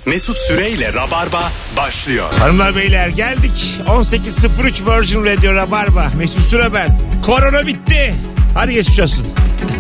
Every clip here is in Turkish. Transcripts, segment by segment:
Mesut Süreyle Rabarba başlıyor. Hanımlar beyler geldik. 18.03 Virgin Radio Rabarba. Mesut Süre ben. Korona bitti. Hadi geçmiş olsun.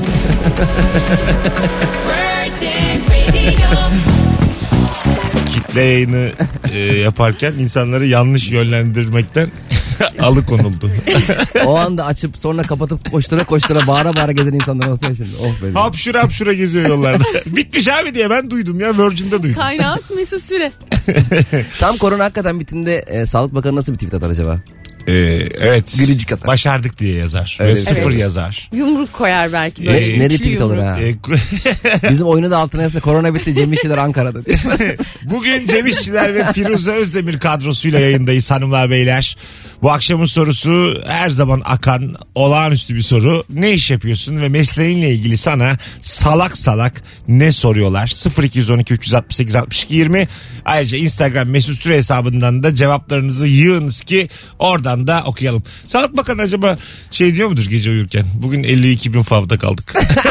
Kitle yayını yaparken insanları yanlış yönlendirmekten alıkonuldu. O anda açıp sonra kapatıp koştura koştura bağıra bağıra gezen insanlar olsa ya şimdi. Oh be. Hapşura hapşura geziyor yollarda. Bitmiş abi diye ben duydum ya. Virgin'de duydum. Kaynak Mesut Süre. Tam korona hakikaten bittiğinde Sağlık Bakanı nasıl bir tweet atar acaba? Evet. Gülücük atar. Başardık diye yazar. Evet. Ve sıfır Evet. yazar. Yumruk koyar belki böyle. Ne üçlü retweet olur yumruk. ha. Bizim oyunu da altına yazsa korona bitti Cem İşçiler Ankara'da diye. Bugün Cem İşçiler ve Firuze Özdemir kadrosuyla yayındayız hanımlar beyler. Bu akşamın sorusu her zaman akan olağanüstü bir soru. Ne iş yapıyorsun ve mesleğinle ilgili sana salak salak ne soruyorlar? 0212 368 62 20. Ayrıca Instagram Mesut Süre hesabından da cevaplarınızı yığınız ki oradan da okuyalım. Sağlık Bakanı acaba şey diyor mudur gece uyurken? Bugün 52 bin favda kaldık.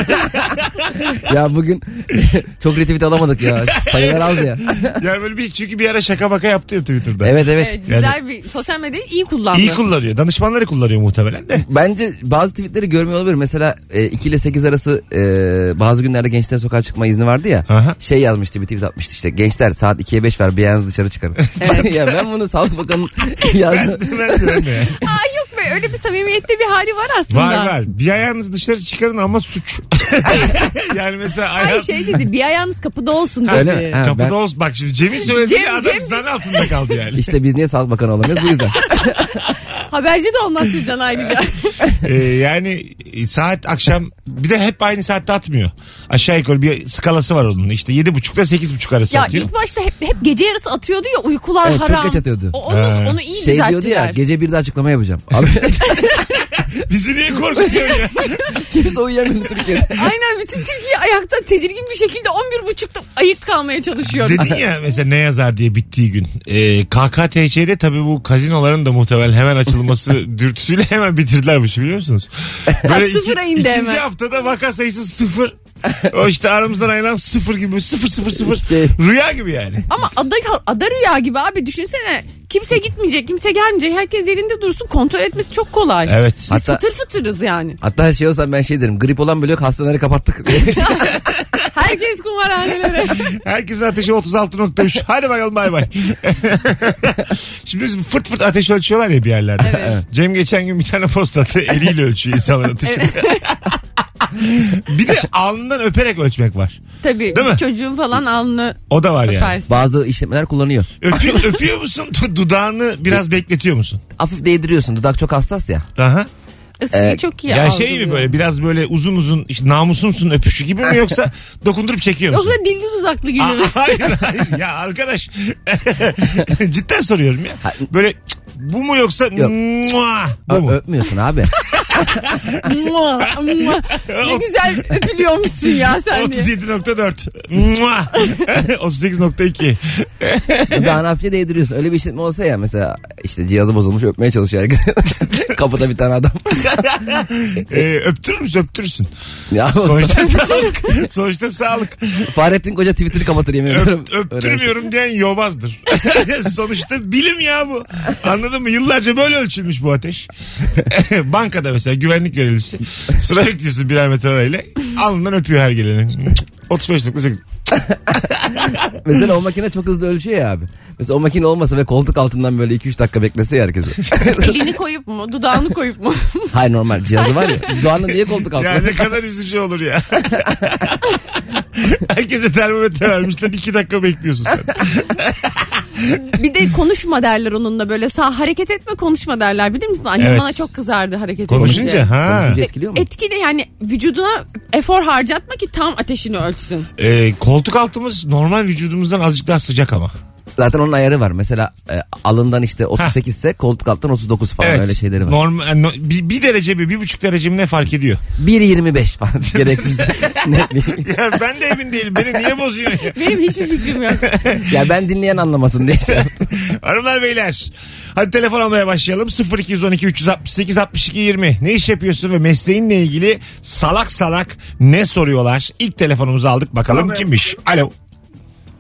Ya bugün çok retweet alamadık ya. Sayılar az ya. Ya böyle bir çünkü bir ara şaka baka yaptı ya Twitter'da. Evet. Evet, güzel bir sosyal medyayı iyi kullandı. İyi kullanıyor. Danışmanları kullanıyor muhtemelen de. Bence bazı tweetleri görmüyor olabilir. Mesela 2 ile 8 arası bazı günlerde gençlerin sokağa çıkma izni vardı ya. Aha. Şey yazmıştı, bir tweet atmıştı işte. Gençler saat 2'ye 5 var, bir ayağınızı dışarı çıkarın. Ya ben bunu Sağlık Bakanı'nın yazdı. Ben de. Aa yok be, öyle bir samimiyette bir hali var aslında. Var. Bir ayağınızı dışarı çıkarın ama suç. Yani mesela Ay şey dedi, bir ayağınız kapıda olsun dedi. Öyle mi? Ha, kapıda ben- olsun. Bak şimdi Cem'in söylediği Cem- adam Cem- zan altında kaldı yani. İşte biz niye Sağlık Bakanı olamıyoruz bu yüzden. Haberci de olmaz sizden ayrıca. Yani saat akşam bir de hep aynı saatte atmıyor. Aşağı yukarı bir skalası var onun. İşte 7.30 ile 8.30 arası Ya atıyor. ilk başta hep gece yarısı atıyordu ya, uykular Evet, çok haram. geç atıyordu. Onu iyi Şey düzelttiler. diyordu ya, gece 1'de açıklama yapacağım. Abi Bizi niye korkutuyor ya? kimse uyuyamıyor Türkiye'de. Aynen, bütün Türkiye ayakta tedirgin bir şekilde 11.30'da ayık kalmaya çalışıyor. Dedin ya mesela ne yazar diye bittiği gün. KKTC'de tabii bu kazinoların da muhtemelen hemen açılması dürtüsüyle hemen bitirdiler bu işi, biliyor musunuz? Böyle Sıfıra indi ikinci hemen. haftada vaka sayısı 0. O işte aramızdan ayrılan 0 gibi 0. Şey- Rüya gibi yani. Ama ada rüya gibi abi, düşünsene. Kimse gitmeyecek, kimse gelmeyecek. Herkes yerinde dursun, kontrol etmesi çok kolay. Evet. Biz Hatta- fıtır fıtırız yani. Hatta şey olsam ben şey derim, grip olan bile yok, hastaneleri kapattık. Herkes kumarhanelere. Herkesin ateşi 36.3. Hadi bakalım bay bay. Şimdi biz fırt fırt ateş ölçüyorlar ya bir yerlerde. Evet. Cem geçen gün bir tane post attı. Eliyle ölçüyor insanların ateşini. Bir de alnından öperek ölçmek var. Tabii Değil mi? çocuğun falan alnını O da var yani. öpersin. Bazı işletmeler kullanıyor. Öpüyor musun? Dudağını biraz bekletiyor musun? Hafif değdiriyorsun, dudak çok hassas ya. Aha. Isıyı çok iyi Ya şey algılıyor. mi böyle biraz böyle uzun işte namusumsun öpüşü gibi mi yoksa dokundurup çekiyor musun? Yoksa dilli dudaklı gibi mi? Hayır ya arkadaş. Cidden soruyorum ya. Böyle bu mu yoksa Yok. mua, bu mu? Öpmüyorsun abi. Mua, mua. Ne güzel öpülüyormuşsun ya sen diye. 37.4 mua. 38.2 Dudağını hafifçe değdiriyorsun. Öyle bir işletme olsa ya, mesela işte cihazı bozulmuş, öpmeye çalışıyor herkes. Kapıda bir tane adam. Öptürür müsün? Öptürürsün. Ya Sonuçta sağlık. Sonuçta sağlık. Fahrettin Koca Twitter'ı kapatır yemin ediyorum. Öptürmüyorum diyen yobazdır. Sonuçta bilim ya bu. Anladın mı? Yıllarca böyle ölçülmüş bu ateş. Bankada mesela güvenlik görevlisi. Sıra bekliyorsun birer metre arayla. Alnından öpüyor her geleni. 35.8. Mesela o makine çok hızlı ölçüyor ya abi. Mesela o makine olmasa ve koltuk altından böyle 2-3 dakika beklese ya herkesi. Elini koyup mu? Dudağını koyup mu? Hayır, normal cihazı var ya. Dudağını niye koltuk altına? Ya ne kadar üzücü olur ya. Herkese termometre vermişler. 2 dakika bekliyorsun sen. Bir de konuşma derler onunla, böyle sağ hareket etme, konuşma derler, bilir misin? Annem Evet. bana çok kızardı hareket Konuşunca edince. ha. Konuşunca etkiliyor mu? Etkili yani, vücuduna efor harcatma ki tam ateşini ölçsün. Koltuk altımız normal vücudumuzdan azıcık daha sıcak ama. Zaten onun ayarı var. Mesela alından işte 38 ise koltuk alttan 39 falan, öyle şeyleri var. Normal, bir derece mi 1,5 derece mi ne fark ediyor? 1.25 falan gereksiz. Net bir. Ya ben de emin değilim. Beni niye bozuyorsun ya? Benim hiçbir fikrim yok. Ya ben dinleyen anlamasın diye şey yaptım. Hanımlar beyler. Hadi telefon almaya başlayalım. 0212 368 62 20. Ne iş yapıyorsun ve mesleğinle ilgili salak salak ne soruyorlar? İlk telefonumuzu aldık. Bakalım kimmiş? Alo.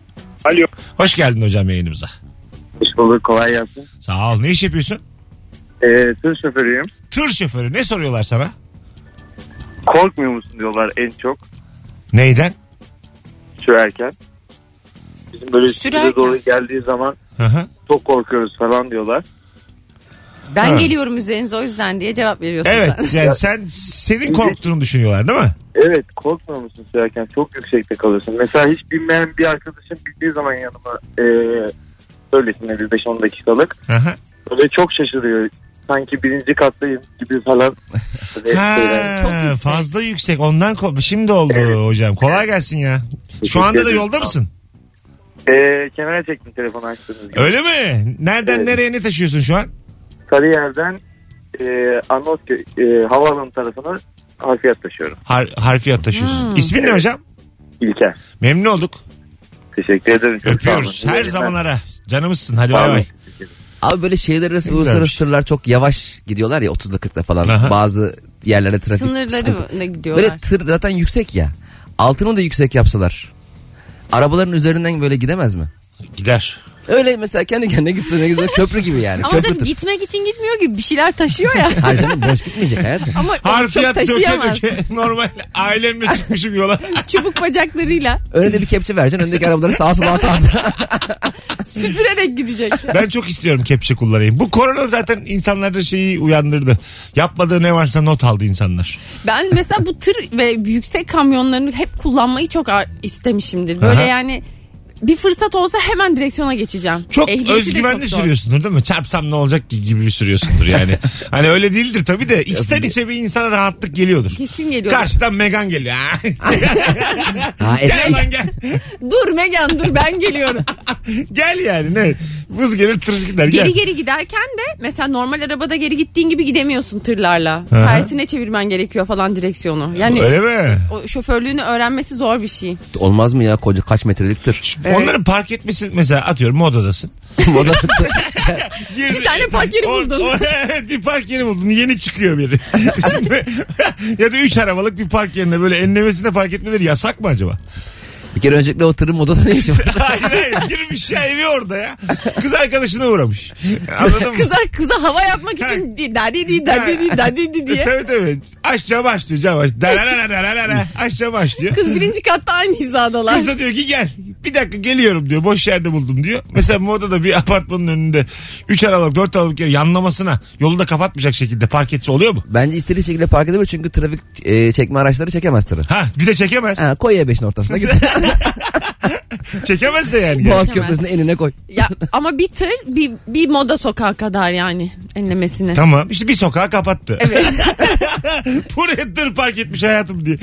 Alo. Hoş geldin hocam yayınımıza. Hoş bulduk, kolay gelsin. Sağ ol. Ne iş yapıyorsun? Tır şoförüyüm. Tır şoförü. Ne soruyorlar sana? Korkmuyor musun diyorlar en çok Neyden? sürerken. Bizim böyle Sürerken. üstüne doğru geldiği zaman Hı hı. çok korkuyoruz falan diyorlar. Ben Ha. geliyorum üzerinize o yüzden diye cevap veriyorsun Evet sen. yani senin korktuğunu düşünüyorlar değil mi? Evet, korkmuyor musun sürerken? Çok yüksekte kalıyorsun. Mesela hiç bilmeyen bir arkadaşım bindiği zaman yanıma öylesine bir 5-10 dakikalık Hı hı. böyle çok şaşırıyor. Sanki birinci kattayım gibi falan. Ha, Çok yüksek. fazla yüksek ondan şimdi oldu hocam. Kolay gelsin ya. Şu anda da ederim. yolda mısın? Kenara çektim telefonu açtığınız gibi. Öyle mi? Nereden Evet. nereye ne taşıyorsun şu an? Sarıyer'den Arnavutköy havaalanı tarafına harfiyat taşıyorum. Harfiyat taşıyorsun. İsmin ne hocam? İlker. Memnun olduk. Teşekkür ederim. Çok Öpüyoruz. sağ olun. Her zaman ara. Canımızsın. Hadi Sağ bay olun. bay. Abi böyle şehirler arası Ne uluslararası güzelmiş. tırlar çok yavaş gidiyorlar ya 30'da 40'da falan. Aha. Bazı yerlerde trafik sıkıntı. Sınırları ne gidiyorlar? Böyle tır zaten yüksek ya. Altını da yüksek yapsalar. Arabaların üzerinden böyle gidemez mi? Gider. Öyle mesela kendi kendine gitse ne güzel köprü gibi yani. Ama Köprü sırf tır. gitmek için gitmiyor gibi bir şeyler taşıyor ya. Hayır canım boş gitmeyecek hayatım. Ama çok Harfiyat döke taşıyamaz. döke. Normal ailemle çıkmışım yola. Çubuk bacaklarıyla Öyle de bir kepçe vereceksin. Öndeki arabaları sağa sola at. süpürerek gidecek. Ben çok istiyorum kepçe kullanayım. Bu korona zaten insanlarda şeyi uyandırdı. Yapmadığı ne varsa not aldı insanlar. Ben mesela bu tır ve yüksek kamyonlarını hep kullanmayı çok istemişimdir. Böyle Aha. yani bir fırsat olsa hemen direksiyona geçeceğim. Çok Ehliyeti de özgüvenli çok zor. sürüyorsundur değil mi? Çarpsam ne olacak ki gibi sürüyorsundur yani. Hani öyle değildir tabii de içten içe bir insana rahatlık geliyordur. Kesin geliyor. Karşıdan Megan geliyor. Ha, Gel eski, lan gel. Dur Megan dur ben geliyorum. Gel yani ne? Vız gelir tırız gider gel. Geri geri giderken de mesela normal arabada geri gittiğin gibi gidemiyorsun tırlarla. Aha. Tersine çevirmen gerekiyor falan direksiyonu. Yani Öyle mi? o şoförlüğünü öğrenmesi zor bir şey. olmaz mı ya koca kaç metrelik tır? Onların park etmesi mesela atıyorum modadasın. Moda Girdi. Bir tane park yeri buldun. Bir park yeri buldun. Yeni çıkıyor biri. Şimdi ya da 3 arabalık bir park yerine böyle enlemesine park etmeleri yasak mı acaba? bir kere öncelikle o tırın modada ne işi var? Hayır girmiş ya evi orada ya. Kız arkadaşına uğramış. Anladın mı? Kıza hava yapmak için dadidi diye. Evet evet. Aç cam aç diyor cam aç. Aç cam aç diyor. Kız birinci katta aynı hizadalar. Kız da diyor ki gel. Bir dakika geliyorum diyor. Boş yerde buldum diyor. Mesela modada bir apartmanın önünde 3 arabalık 4 arabalık yer yanlamasına yolu da kapatmayacak şekilde park etse oluyor mu? Bence istediği şekilde park edebilir çünkü trafik çekme araçları çekemez tırı. Ha bir de çekemez. Ha, koy E5'in ortasına git. Çekemez de yani. Boğaz Çekemez. Köprüsü'ne enine koy. Ya ama bir tır bir moda sokağı kadar yani enlemesine. Tamam işte bir sokağı kapattı. Evet. Buraya tır park etmiş hayatım diye.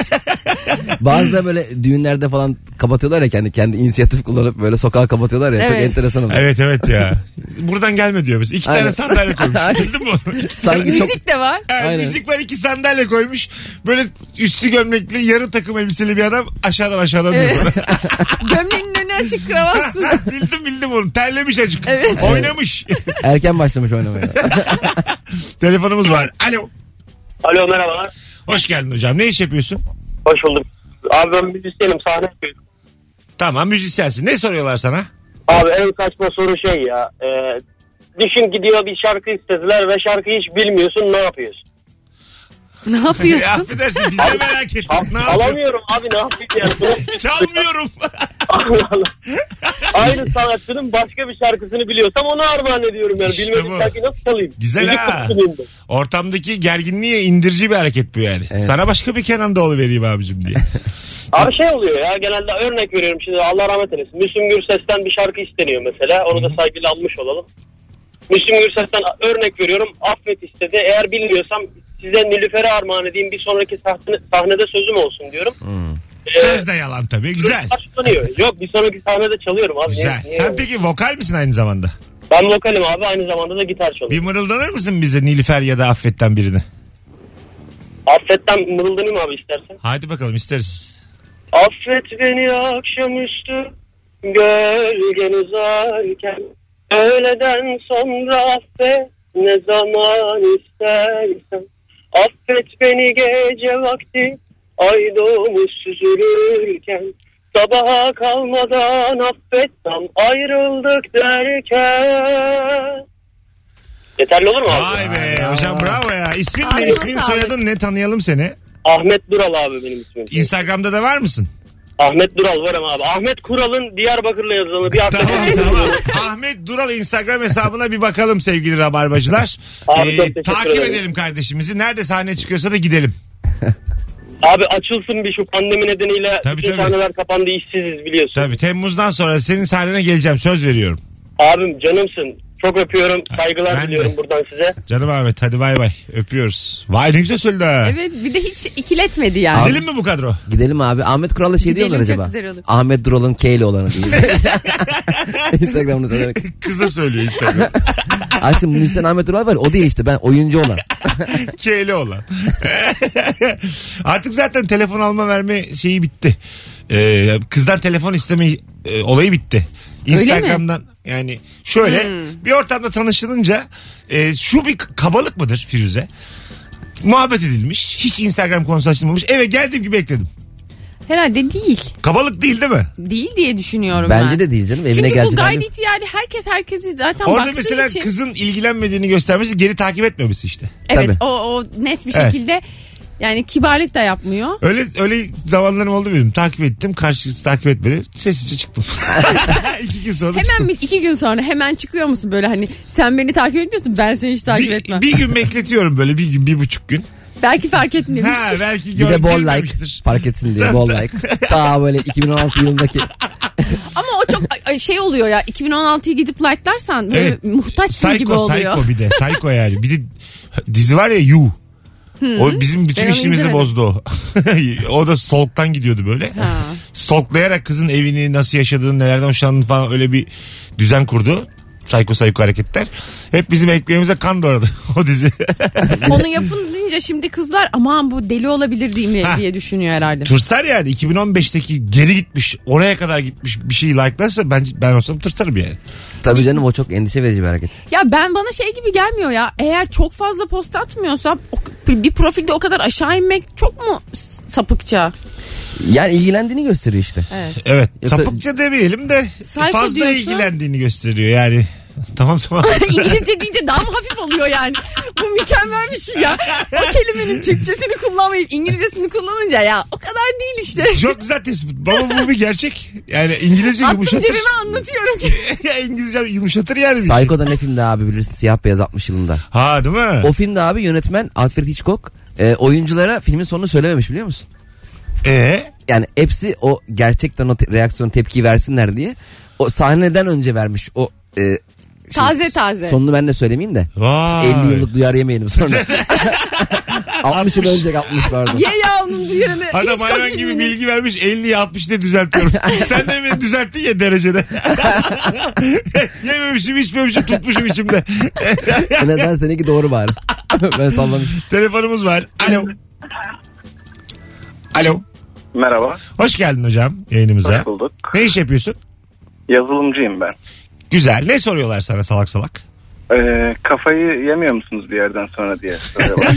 Bazı da böyle düğünlerde falan kapatıyorlar ya kendi inisiyatif kullanıp böyle sokağı kapatıyorlar ya. Çok Evet. enteresan oluyor. Evet evet ya. Buradan gelme diyor mesela. 2 tane Aynen. sandalye koymuş. Aynen. Bildin mi onu? Sanki çok Müzik de var. Yani Aynen. müzik var 2 sandalye koymuş. Böyle üstü gömlekli yarı takım elbiseli bir adam aşağıdan diyor bana. Gömleğinin önü açık kravatsız. bildim onu. Terlemiş acık. Evet. Oynamış. erken başlamış oynamaya. Telefonumuz var. Alo. Alo, merhabalar. Hoş geldin hocam. Ne iş yapıyorsun? Hoş bulduk. Abi ben müzisyenim, sahne yapıyorum. Tamam müzisyensin. Ne soruyorlar sana? Abi en saçma soru şey ya. Düşün gidiyor bir şarkı istediler ve şarkıyı hiç bilmiyorsun, ne yapıyorsun? Ne yapıyorsun? Affedersin biz de merak ettik. Ne yapıyorsun? Alamıyorum abi, ne yapayım yani? Çalmıyorum. Allah Allah. Aynı sanatçının başka bir şarkısını biliyorsam onu armağan ediyorum yani. İşte Bilmediğim bu. şarkıyı nasıl çalayım? Güzel Müzik ha. konusunda. Ortamdaki gerginliğe indirici bir hareket bu yani. Evet. Sana başka bir Kenan Doğulu vereyim abicim diye. Abi şey oluyor ya, genelde örnek veriyorum şimdi, Allah rahmet eylesin. Müslüm Gürses'ten bir şarkı isteniyor mesela. Onu da saygıyla almış olalım. Müslüm Gürses'ten örnek veriyorum. Affet istedi. Eğer bilmiyorsam size Nilüfer'e armağan edeyim. Bir sonraki sahnede sözüm olsun diyorum. Söz de yalan tabii. Güzel. Başlanıyor. Yok, bir sonraki sahnede çalıyorum abi. Güzel. Niye Sen peki vokal misin aynı zamanda? Ben vokalim abi, aynı zamanda da gitar Bir çalıyorum. mırıldanır mısın bize Nilüfer ya da Affet'ten birini? Affet'ten mırıldanayım abi istersen. Hadi bakalım isteriz. Affet beni akşamüstü gölgen uzarken, öğleden sonra affet ne zaman istersen. Affet beni gece vakti ay doğmuş süzülürken, Sabaha kalmadan affetsem ayrıldık derken. Yeterli olur mu abi? Vay be hocam bravo ya. İsmin ne? Ağzına İsmin sağlık. soyadın ne? Tanıyalım seni. Ahmet Dural abi benim ismim. Instagram'da da var mısın? Ahmet Dural varım abi. Ahmet Kural'ın Diyarbakır'la yazılanı bir hafta. Tamam. Ahmet Dural Instagram hesabına bir bakalım sevgili rabarbacılar. Abi çok teşekkür Takip ederim. edelim kardeşimizi. Nerede sahne çıkıyorsa da gidelim. Abi açılsın bir şu pandemi nedeniyle Tabii, bütün tabii. sahneler kapandı, işsiziz biliyorsun. Tabii Temmuz'dan sonra senin sahnene geleceğim, söz veriyorum. Abim canımsın. Çok öpüyorum. Saygılar Ben diliyorum de. buradan size. Canım Ahmet hadi bay bay öpüyoruz. Vay ne güzel söyledi ha. Evet bir de hiç ikiletmedi yani. Gidelim mi bu kadro? Gidelim abi. Ahmet Kural'la şey Gidelim, diyorlar çok acaba. güzel olur. Ahmet Dural'ın K ile olanı değil. Instagram'ını söylerek. Kıza söylüyor Instagram. Aşkım Müzisyen Ahmet Dural var. O değil işte, ben oyuncu olan. K'li olan. Artık zaten telefon alma verme şeyi bitti. Kızdan telefon isteme olayı bitti. Instagram'dan yani şöyle bir ortamda tanışılınca şu bir kabalık mıdır Firuze? Muhabbet edilmiş. Hiç Instagram konusu açılmamış. Eve geldiğim gibi bekledim. Herhalde değil. Kabalık değil değil mi? Değil diye düşünüyorum ben. Bence de değil canım. Evine Çünkü bu gelecek gayri halim- ihtiyari herkesi zaten Orada baktığı mesela için. kızın ilgilenmediğini göstermesi, geri takip etmemesi işte. Evet Tabii. o net bir Evet. şekilde yani kibarlık da yapmıyor. Öyle zamanlarım oldu benim. Takip ettim. Karşısı takip etmedi. Sessizce çıktım. 2 gün sonra çıktım. Hemen 2 gün sonra hemen çıkıyor musun böyle hani sen beni takip etmiyorsun ben seni hiç takip etmem. Bir gün bekletiyorum böyle, bir gün 1,5 gün. Belki fark etmemiştir. Ha belki Bir de bol like. görmemiştir. Fark etsin diye bol like. Daha böyle 2016 yılındaki. Ama o çok şey oluyor ya 2016'yı gidip like'larsan böyle Evet. muhtaçsın gibi oluyor. Psycho bir de. Psycho yani. Bir de dizi var ya You. O bizim bütün Ben onu işimizi izlemedim. bozdu o. O da stalk'tan gidiyordu böyle. Ha. Stalklayarak kızın evini, nasıl yaşadığını, nelerden hoşlandığını falan öyle bir düzen kurdu. Psycho hareketler. Hep bizim ekmeğimize kan doğradı o dizi. Onu yapın deyince şimdi kızlar aman bu deli olabilir değil mi Ha. diye düşünüyor herhalde. Tırsar yani. 2015'teki geri gitmiş, oraya kadar gitmiş bir şeyi like'larsa ben olsam tırsarım yani. Tabii canım, o çok endişe verici bir hareket. Ya bana şey gibi gelmiyor ya. Eğer çok fazla post atmıyorsam bir profilde o kadar aşağı inmek çok mu sapıkça? Yani ilgilendiğini gösteriyor işte. Evet. Evet. Yoksa- Sapıkça demeyelim de Psycho fazla diyorsun. ilgilendiğini gösteriyor yani. Tamam. İngilizce deyince daha mı hafif oluyor yani? Bu mükemmel bir şey ya. O kelimenin Türkçesini kullanmayıp İngilizcesini kullanınca ya o kadar değil işte. Çok güzel tespit. Baba bu bir gerçek. Yani İngilizce Attım yumuşatır. cebime anlatıyorum ki. İngilizce yumuşatır yani. Psycho'da ne filmde abi bilirsin, siyah beyaz 60 yılında. Ha değil mi? O filmde abi yönetmen Alfred Hitchcock oyunculara filmin sonunu söylememiş, biliyor musun? Yani hepsi o gerçekten o reaksiyon tepkiyi versinler diye o sahneden önce vermiş o Taze. sonunu ben de söylemeyeyim de. Vay. 50 yıllık duyar yemeyelim sonra. 60 yıl ölecek, 60 pardon. Ye ya onun duyarını. Adam hayvan gibi bilgi vermiş, 50'ye 60 diye düzeltiyorum. Sen de beni düzelttin ya derecede. Yememişim, içmemişim, tutmuşum içimde. Neden seninki doğru bari. Ben sallamışım. Telefonumuz var. Alo. Merhaba. Hoş geldin hocam yayınımıza. Hoş bulduk. Ne iş yapıyorsun? Yazılımcıyım ben. Güzel. Ne soruyorlar sana salak salak? Kafayı yemiyor musunuz bir yerden sonra diye soruyorlar.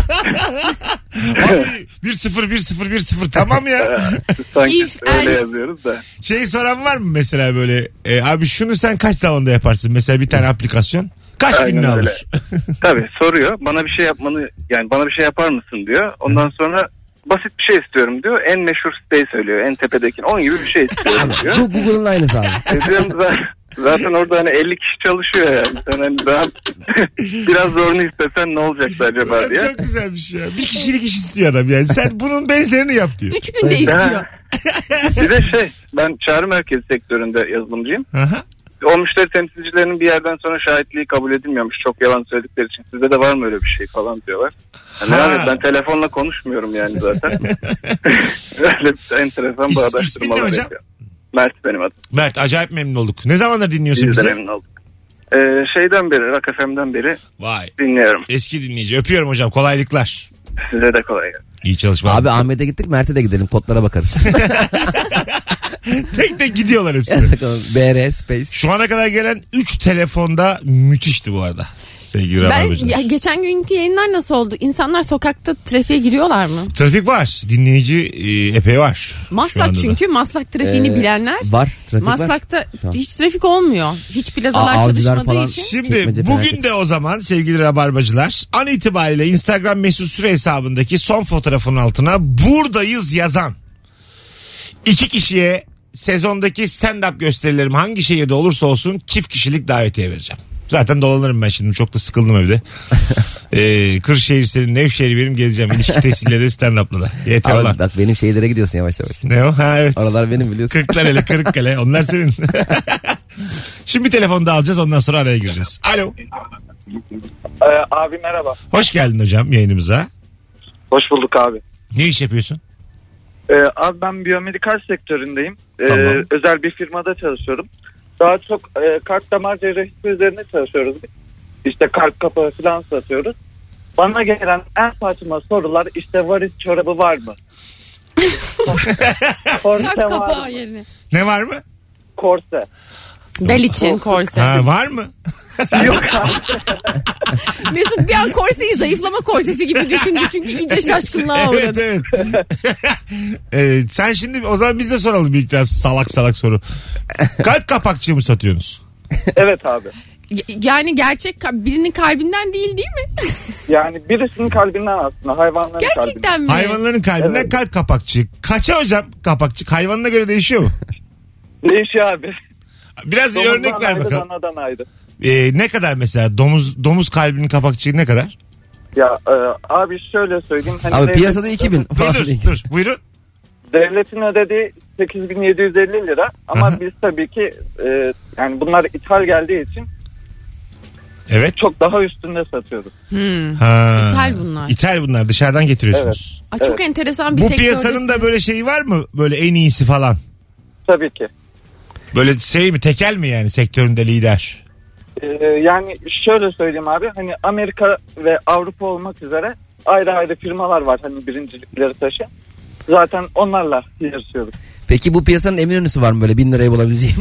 Abi 1-0 tamam ya. Sanki If, öyle else. yazıyoruz da. Şey soran var mı mesela böyle abi şunu sen kaç zamanda yaparsın? Mesela bir tane aplikasyon. Kaç Aynen gününü öyle. alır? Tabii soruyor. Bana bir şey yapmanı, yani bana bir şey yapar mısın diyor. Ondan sonra basit bir şey istiyorum diyor. En meşhur siteyi söylüyor. En tepedekini. Onun gibi bir şey istiyorum diyor. Bu Google'ın aynısı abi. Diyorum zaten orada hani 50 kişi çalışıyor yani. Sen hani daha biraz zorunu istesen ne olacaktı acaba diye. Çok güzel bir şey ya. Bir kişilik iş istiyor adam yani. Sen bunun benzerini yap diyor. 3 günde istiyor. Bir de ben çağrı merkezi sektöründe yazılımcıyım. Aha. O müşteri temsilcilerinin bir yerden sonra şahitliği kabul edilmiyormuş. Çok yalan söyledikleri için. Sizde de var mı öyle bir şey falan diyorlar. Yani Ha. abi ben telefonla konuşmuyorum yani zaten. Öyle bir enteresan İsmin ne bağdaştırmalar hocam? yapıyor. Mert benim adım. Mert acayip memnun olduk. Ne zamandır dinliyorsun Biz de bizi? memnun olduk. Şeyden beri, Rock FM'den beri Vay. dinliyorum. Eski dinleyici. Öpüyorum hocam. Kolaylıklar. Size de kolay gelsin. İyi çalışmalar. Abi Ahmet'e gittik, Mert'e de gidelim, kodlara bakarız. Tek tek gidiyorlar hepsi. Yaz bakalım. BR Space. Şu ana kadar gelen 3 telefonda müthişti bu arada. Sevgili Rabarbacılar. Geçen günkü yayınlar nasıl oldu? İnsanlar sokakta trafiğe giriyorlar mı? Trafik var. Dinleyici epey var. Maslak çünkü. Maslak trafiğini bilenler. Var. Trafik Maslak'ta var. hiç trafik olmuyor. Hiç plazalar çalışmadığı falan. için. Şimdi bugün de o zaman sevgili Rabarbacılar an itibariyle Instagram mesut süre hesabındaki son fotoğrafın altına buradayız yazan 2 kişiye sezondaki stand-up gösterilerim hangi şehirde olursa olsun çift kişilik davetiye vereceğim. Zaten dolanırım ben şimdi. Çok da sıkıldım evde. Kırşehir senin, Nevşehir benim gezeceğim. İlişki tesisleri stand-up'la da. Yeter Abi, olan. bak benim şeylere gidiyorsun yavaş yavaş. Ne o? Ha evet. Oralar benim biliyorsun. Kırklareli, Kırıkkale. Onlar senin. Şimdi bir telefonu da alacağız. Ondan sonra araya gireceğiz. Alo. Abi merhaba. Hoş geldin hocam yayınımıza. Hoş bulduk abi. Ne iş yapıyorsun? Abi ben biyomedikal sektöründeyim. Tamam. Özel bir firmada çalışıyorum. Daha çok kalp damar cerrahisi üzerine çalışıyoruz. İşte kalp kapağı falan satıyoruz. Bana gelen en saçma sorular işte varis çorabı var mı? Korse Kalp var kapağı mı? yerine. Ne var mı? Korse. Bel için korse. Ha, var mı? Yok abi. Mesut bir an korseyi zayıflama korsesi gibi düşündü çünkü iyice şaşkınlığa uğradı. Evet. Sen şimdi o zaman biz de soralım bir iki tane salak soru. Kalp kapakçığı mı satıyorsunuz? Evet abi. Yani gerçek birinin kalbinden değil mi? Yani birisinin kalbinden aslında hayvanların kalbinden. Gerçekten mi? Hayvanların kalbinden Evet. kalp kapakçığı. Kaça hocam kapakçık? Hayvanına göre değişiyor mu? Değişiyor abi. Biraz bir Domuzdan örnek ver ayrı, bakalım. danadan ayrı. Ne kadar mesela domuz kalbinin kapakçığı ne kadar? Ya abi şöyle söyleyeyim. Hani Abi piyasada 2000. Dur buyurun. Devletin ödediği 8.750 lira ama Aha. biz tabii ki yani bunlar ithal geldiği için Evet. çok daha üstünde satıyoruz. Ha. İthal bunlar. İthal bunlar dışarıdan getiriyorsunuz. Ay, çok Evet. enteresan bir Bu sektördesiniz. piyasanın da böyle şeyi var mı? Böyle en iyisi falan. Tabii ki. Böyle şey mi tekel mi yani sektöründe lider? Yani şöyle söyleyeyim abi hani Amerika ve Avrupa olmak üzere ayrı ayrı firmalar var hani birincilikleri taşıyan. Zaten onlarla yarışıyoruz. Peki bu piyasanın Eminönü'sü var mı böyle 1000 liraya bulabileceğim?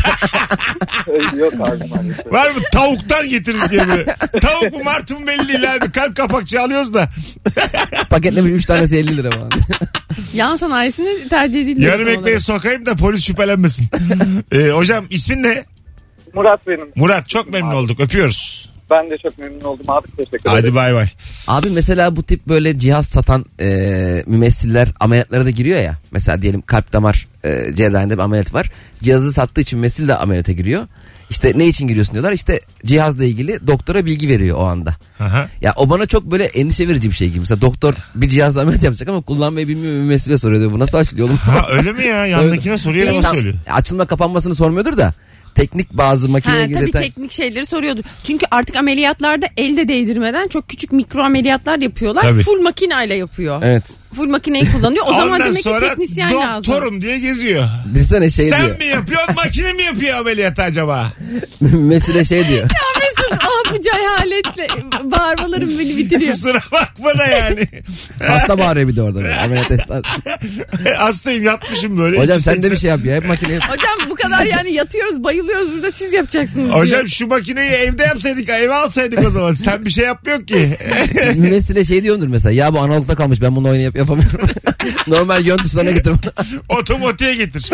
Yok abi maalesef. Var mı tavuktan getiririz diye böyle. Tavuk mu martı mı belli değil abi. Kalp kapakçı alıyoruz da. Paketlemiş 3 tanesi 50 lira falan. Yan sanayisini tercih edilmiyor. Yarım ekmeği sokayım da polis şüphelenmesin. Hocam ismin ne? Murat benim. Murat çok memnun olduk. Öpüyoruz. Ben de çok memnun oldum abi. Teşekkür ederim. Hadi bay bay. Abi mesela bu tip böyle cihaz satan mümessiller ameliyatlara da giriyor ya. Mesela diyelim kalp damar cerrahinde bir ameliyat var. Cihazı sattığı için mümessil de ameliyata giriyor. İşte ne için giriyorsun diyorlar. İşte cihazla ilgili doktora bilgi veriyor o anda. Aha. Ya o bana çok böyle endişe verici bir şey gibi. Mesela doktor bir cihazla ameliyat yapacak ama kullanmayı bilmiyor, mümessile soruyor diyor. Bu nasıl açılıyor oğlum? Ha öyle mi ya? Yandakine soruyor ama Tam- söylüyor. Açılma kapanmasını sormuyordur da teknik bazı makineye Ha, ilgili tabii detay. teknik şeyleri soruyordu. Çünkü artık ameliyatlarda elde değdirmeden çok küçük mikro ameliyatlar yapıyorlar. Tabii. Full makineyle yapıyor. Evet. Full makineyi kullanıyor. O zaman Ondan demek ki sonra teknisyen lazım. doktorum diye geziyor. Düşünsene şey Sen diyor. mi yapıyorsun makine mi yapıyor ameliyatı acaba? Mesile şey diyor. Mesut bu cehaletle bağırmalarım beni bitiriyor. Kusura bakma da yani. Hasta bağırıyor bir de orada. Böyle. Ameliyat esnasında. Hastayım yatmışım böyle. Hocam sen de 2.80. bir şey yap ya. Hep makine yap. Hocam bu kadar yani yatıyoruz bayılıyoruz burada siz yapacaksınız diyor. Hocam şu makineyi evde yapsaydık eve alsaydık o zaman. Sen bir şey yapmıyor ki. Mesile şey diyordur mesela. Ya bu analogda kalmış ben bunu oynayıp yapamıyorum. Normal yön tuşlarına getir. Otomotiğe getir.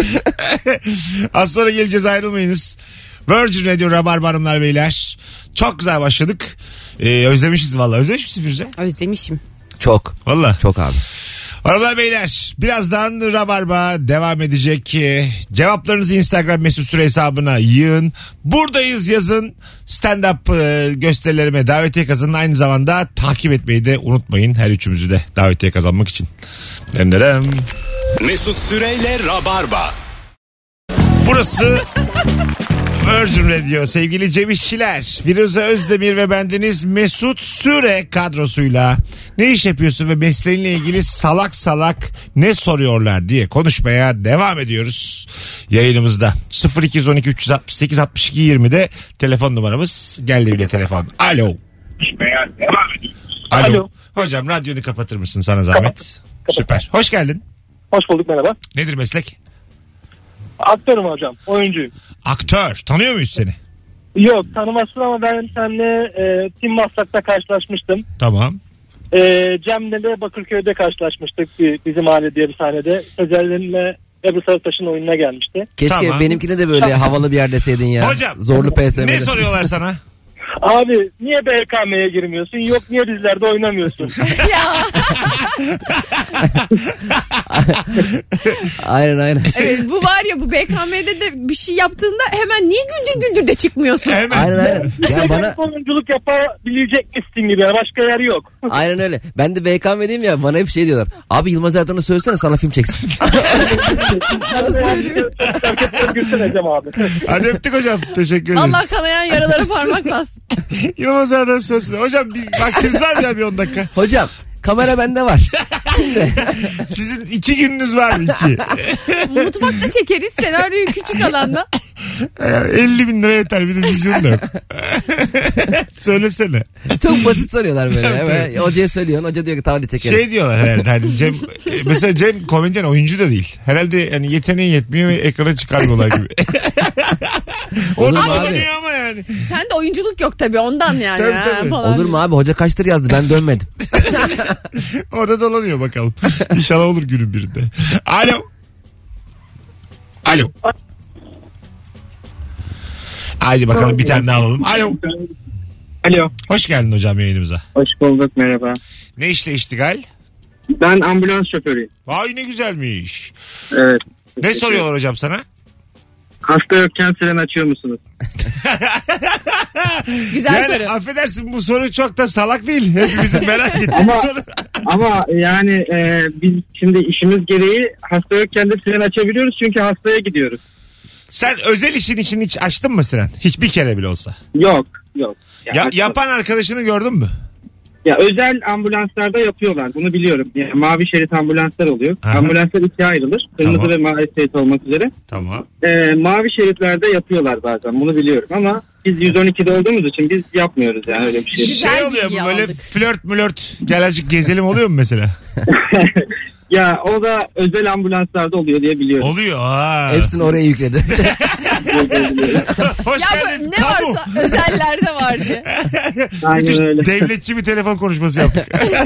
Az sonra geleceğiz ayrılmayınız. Virgin Radio Rabarba Hanımlar Beyler. Çok güzel başladık. Özlemişiz valla. Özlemiş misin Firuze? Özlemişim. Çok. Valla. Çok abi. Hanımlar beyler birazdan Rabarba devam edecek. Cevaplarınızı Instagram mesut süre hesabına yığın. Buradayız yazın. Stand up gösterilerime davetiye kazanın. Aynı zamanda takip etmeyi de unutmayın. Her üçümüzü de davetiye kazanmak için. Denderem. Mesut Süreyle Rabarba. Burası Virgin Radio. Sevgili Cem İşçiler, Firuze Özdemir ve bendeniz Mesut Süre kadrosuyla ne iş yapıyorsun ve mesleğinle ilgili salak salak ne soruyorlar diye konuşmaya devam ediyoruz yayınımızda. 0212 368 62 20'de telefon numaramız. Geldi bile telefon. Alo. Alo. Hocam radyonu kapatır mısın sana zahmet? Süper. Hoş geldin. Hoş bulduk merhaba. Nedir meslek? Aktörüm hocam. Oyuncuyum. Aktör. Tanıyor muyuz seni? Yok tanımazsın ama ben seninle Tim Maslak'ta karşılaşmıştım. Tamam. Cem'le de Bakırköy'de karşılaşmıştık. Bizim aile diye bir sahnede. Sezer'le Ebru Sarıtaş'ın oyununa gelmişti. Keşke Tamam. benimkine de böyle havalı bir yer deseydin ya. Hocam. Zorlu PSM'de. Ne soruyorlar sana? Abi niye BKM'ye girmiyorsun? Yok niye dizilerde oynamıyorsun? Ya. Aynen. Evet bu var ya bu BKM'de de bir şey yaptığında hemen niye güldür güldür de çıkmıyorsun? Hemen. Aynen. Ya bana Oyunculuk yapabilecek misin gibi. Başka yer yok. aynen öyle. Ben de BKM'deyim ya, bana hep şey diyorlar. Abi Yılmaz Erdoğan'ı söylesene, sana film çeksin. Gülsene Cem abi. Hadi öptük hocam. Teşekkür ederiz. Allah kanayan yaralara parmak bas. Yılmaz Erdoğan sözünü. Hocam bir vaktiniz var mı ya bir 10 dakika? Hocam kamera bende var. Şimdi Sizin 2 gününüz var mı 2? Mutfakta çekeriz senaryoyu küçük alanda. 50 bin lira yeter bir de vizyon da yok. Söylesene. çok basit soruyorlar böyle. Evet, Hemen hocaya söylüyorsun. Hoca diyor ki tamam hadi çekelim. Şey diyorlar herhalde hani Cem mesela Cem komedyen oyuncu da değil. Herhalde yani yeteneği yetmiyor ve ekrana çıkarmıyorlar gibi. O Olur da mu abi? oynuyor ama yani. Sen de oyunculuk yok tabii ondan yani. Tabii, ha, tabii. falan. Olur mu abi, hoca kaçtır yazdı, ben dönmedim. Orada dolanıyor bakalım. İnşallah olur günün birinde. Alo. Alo. Haydi bakalım bir tane daha alalım. Alo. Alo. Hoş geldin hocam yayınımıza. Hoş bulduk, merhaba. Ne işle iştigal? Ben ambulans şoförüyüm. Vay ne güzelmiş. Evet. Ne soruyorlar hocam sana? Hasta yokken siren açıyor musunuz? Güzel Yani soru. affedersin bu soru çok da salak değil. Hepimizin merak ettiği Ama- bir soru. Ama yani biz şimdi işimiz gereği hasta yokken de siren açabiliyoruz çünkü hastaya gidiyoruz. Sen özel işin için hiç açtın mı Siren? Hiç bir kere bile olsa. Yok. Ya, Yapan arkadaşını gördün mü? Ya özel ambulanslarda yapıyorlar, bunu biliyorum. Yani mavi şerit ambulanslar oluyor. Aha. Ambulanslar ikiye ayrılır. Kırmızı Tamam. ve mavi şerit olmak üzere. Tamam. Mavi şeritlerde yapıyorlar bazen, bunu biliyorum ama biz 112'de olduğumuz için biz yapmıyoruz yani öyle bir şey. Güzel Şey oluyor bilgi mu böyle aldık. flört mülört gel azıcık gezelim oluyor mu mesela? Ya o da özel ambulanslarda oluyor diye biliyorum. Oluyor. Ha. Hepsini oraya yükledi. Hoş Ya geldin. bu ne Kamu. varsa özellerde var diye. Müthiş Aynen öyle. devletçi bir telefon konuşması yaptık.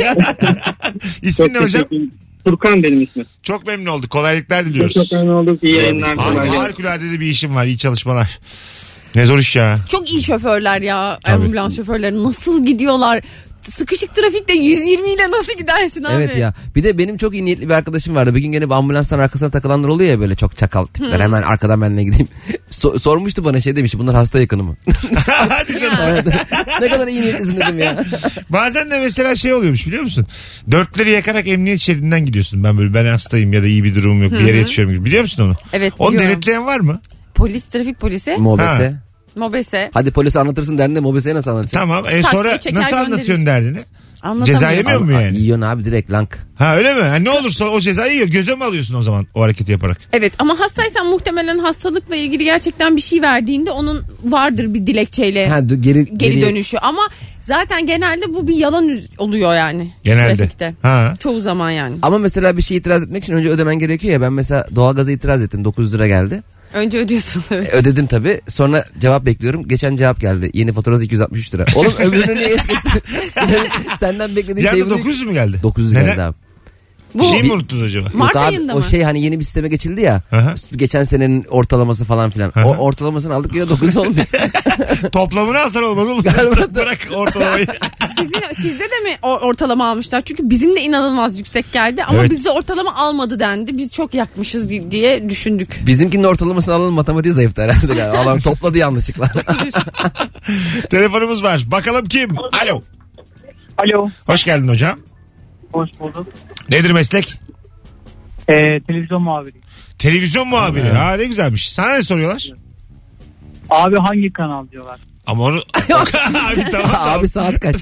İsmin ne hocam? Furkan benim ismim. Çok memnun olduk. Kolaylıklar diliyoruz. Çok memnun olduk. İyi yayınlar. kolay gelsin. Harikulade de bir işim var. İyi çalışmalar. Ne zor iş ya. Çok iyi şoförler ya. Tabii. Ambulans şoförleri nasıl gidiyorlar? Sıkışık trafikte 120 ile nasıl gidersin abi? Evet ya. Bir de benim çok iyi niyetli bir arkadaşım vardı. Bir gün gene bir ambulanstan arkasına takılanlar oluyor ya, böyle çok çakal tipler. Hemen arkadan benimle gideyim. Sormuştu bana, şey demişti, bunlar hasta yakını mı? Hadi canım. Evet. Ne kadar iyi niyetlisin dedim ya. Bazen de mesela şey oluyormuş biliyor musun? Dörtleri yakarak emniyet şeridinden gidiyorsun. Ben hastayım ya da iyi bir durumum yok bir yere yetişiyorum gibi. Biliyor musun onu? Evet Onu biliyorum. denetleyen var mı? Polis, trafik polisi, Mobese. mobese. Hadi polise anlatırsın derdinde, Mobese'ye nasıl anlatacaksın? Tamam. Taktiği Sonra çeker nasıl anlatıyorsun gönderir. derdini? Anlatamıyorum. Ceza yemiyor mu yani? Yiyorsun abi direkt lank. Ha öyle mi? Ha, ne olursa o cezayı yiyor. Göze mi alıyorsun o zaman o hareketi yaparak? Evet ama hastaysan muhtemelen hastalıkla ilgili gerçekten bir şey verdiğinde onun vardır bir dilekçeyle Ha, geri dönüşü. Ama zaten genelde bu bir yalan oluyor yani. Genelde. Trafikte. Ha. Çoğu zaman yani. Ama mesela bir şey itiraz etmek için önce ödemen gerekiyor ya. Ben mesela doğalgaza itiraz ettim. 900 lira geldi. Önce ödüyorsun. Evet. Ödedim tabii. Sonra cevap bekliyorum. Geçen cevap geldi. Yeni faturanız 263 lira. Oğlum öbürünü niye es geçtin? Senden beklediğim Bir şey anda bu değil. 900 mü geldi? 900 Neden? geldi abi. Bir şey mi unuttunuz acaba? Mart Yok abi, ayında o mı? şey hani yeni bir sisteme geçildi ya. Aha. Geçen senenin ortalaması falan filan. Aha. O ortalamasını aldık yine 900 olmuyor. Toplamını alsan olmaz oğlum. Galiba. Bırak ortalamayı. Sizde de mi ortalama almışlar? Çünkü bizim de inanılmaz yüksek geldi ama Evet. bizde ortalama almadı dendi. Biz çok yakmışız diye düşündük. Bizimkinin ortalamasını alalım, matematiği zayıftı herhalde. Yani. Adam topladı yanlışlıkla. Telefonumuz var. Bakalım kim? Alo. Alo. Hoş geldin hocam. Hoş bulduk. Nedir meslek? Televizyon muhabiri. Televizyon muhabiri. Ha ne güzelmiş. Sana ne soruyorlar? Abi hangi kanal diyorlar? Ama onu... Abi tamam. Abi saat kaç?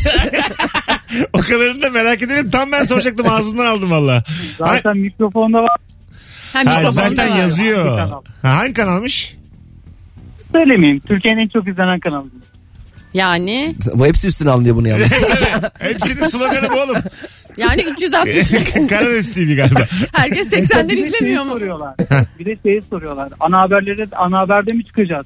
O kadarını da merak edelim. Tam ben soracaktım ağzımdan aldım valla. Zaten mikrofonda var. Hem Ha, mikrofonda zaten var. yazıyor. Hangi kanal? Ha, hangi kanalmış? Söylemeyeyim. Türkiye'nin en çok izlenen kanalı. Yani Bu hepsi üstüne alınıyor bunu yalnız. Hepsinin sloganı bu oğlum. Yani 360. Karadeniz TV galiba. Herkes 80'leri izlemiyor mu? Soruyorlar. Bir de şeyi soruyorlar. Ana haberde mi çıkacağız?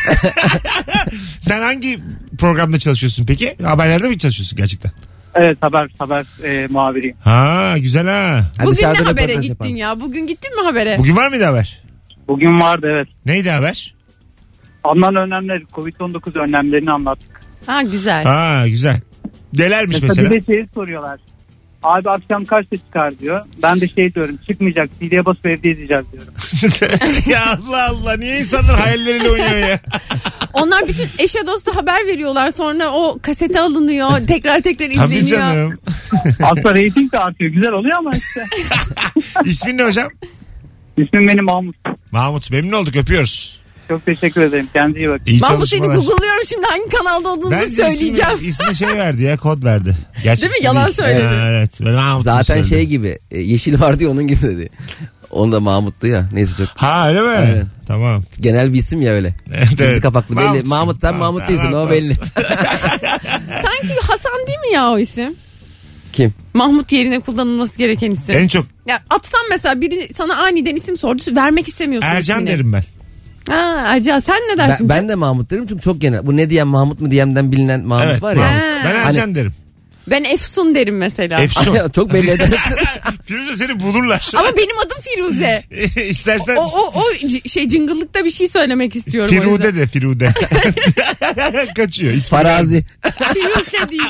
Sen hangi programda çalışıyorsun peki? Haberlerde mi çalışıyorsun gerçekten? Evet, haber muhabiriyim. Ha güzel ha. Hadi Bugün ne dışarıda habere röportaj gittin yapalım. ya? Bugün gittin mi habere? Bugün var mıydı haber? Bugün vardı, evet. Neydi haber? Alınan önlemleri, Covid-19 önlemlerini anlattık. Ha güzel. Ha güzel. Nelermiş mesela? Bir de şeyi soruyorlar. Abi akşam kaçta çıkar diyor. Ben de şey diyorum, çıkmayacak. CD'ye basıp evde izleyeceğiz diyorum. Ya Allah Allah, niye insanlar hayalleriyle oynuyor ya? Onlar bütün eşe dosta haber veriyorlar. Sonra o kasete alınıyor. Tekrar izleniyor. Tabii canım. Aslında reyting de artıyor. Güzel oluyor ama işte. İsmin ne hocam? İsmim benim Mahmut. Mahmut, memnun olduk, öpüyoruz. Çok teşekkür ederim. Kendinize iyi bakın. İyi Ben bu seni çalışmalar. google'lıyorum şimdi hangi kanalda olduğunu Ben de söyleyeceğim. ismi şey verdi ya, kod verdi. Gerçek Değil mi? ismi Yalan değil. söyledi. Ha, evet. Ben Mahmut'u Zaten söyledim. şey gibi Yeşil vardı ya onun gibi dedi. Onu da Mahmut'tu ya. Neyse çok Ha öyle mi? Aynen. Tamam. genel bir isim ya öyle. Evet, Gizli evet. kapaklı belli. Mahmut'sun. Mahmut'tan Mahmut değilsin o belli. Sanki Hasan değil mi ya o isim? Kim? Mahmut yerine kullanılması gereken isim. En çok Ya atsam mesela biri sana aniden isim sordu. Vermek istemiyorsun Ercan ismini. derim ben. Ha Ercan sen ne dersin? Ben de Mahmut derim çünkü çok genel. Bu ne diyen Mahmut mu diyemden bilinen Mahmut Evet, var ya. Mahmut. Ha. Ben Ercan derim. Ben Efsun derim mesela. Efsun. Çok belli edersin. Firuze seni bulurlar. Ama benim adım Firuze. İstersen O cıngıllıkta bir şey söylemek istiyorum. o Firude yüzden. de Firude. Kaçıyor. İsmi Farazi. Firuze değil.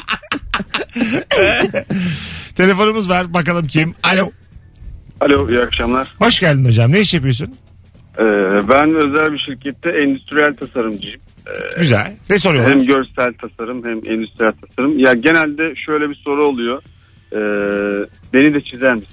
Telefonumuz var, bakalım kim? Alo. Alo, iyi akşamlar. Hoş geldin hocam. Ne iş yapıyorsun? Ben özel bir şirkette endüstriyel tasarımcıyım. Güzel. Ne soruyorlar? Hem görsel tasarım hem endüstriyel tasarım. Ya genelde şöyle bir soru oluyor. Beni de çizer misin?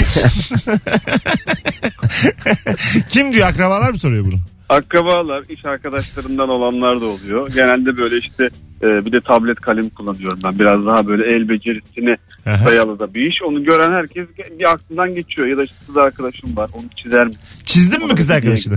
Kim diyor? Akrabalar mı soruyor bunu? Akrabalar, iş arkadaşlarımdan olanlar da oluyor. Genelde böyle işte bir de tablet kalem kullanıyorum ben. Biraz daha böyle el becerisine Aha. dayalı da bir iş. Onu gören herkes bir aklından geçiyor. Ya da işte kız arkadaşım var, onu çizer misin? Çizdin mi kız arkadaşını?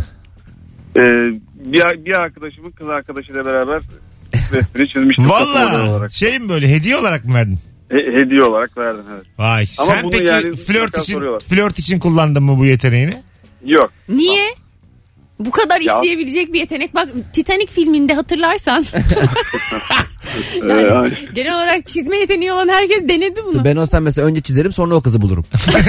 Bir arkadaşımın kız arkadaşıyla beraber resmini çizmiştim. fotoğraf Valla olarak. şey mi, böyle hediye olarak mı verdin? Hediye olarak verdim, evet. Vay. Ama Sen bunu peki yani flört soruyorlar. flört için kullandın mı bu yeteneğini? Yok. Niye? Bu kadar Ya. işleyebilecek bir yetenek. Bak Titanic filminde hatırlarsan. Yani Yani. genel olarak çizme yeteneği olan herkes denedi bunu. Ben olsam mesela önce çizerim sonra o kızı bulurum.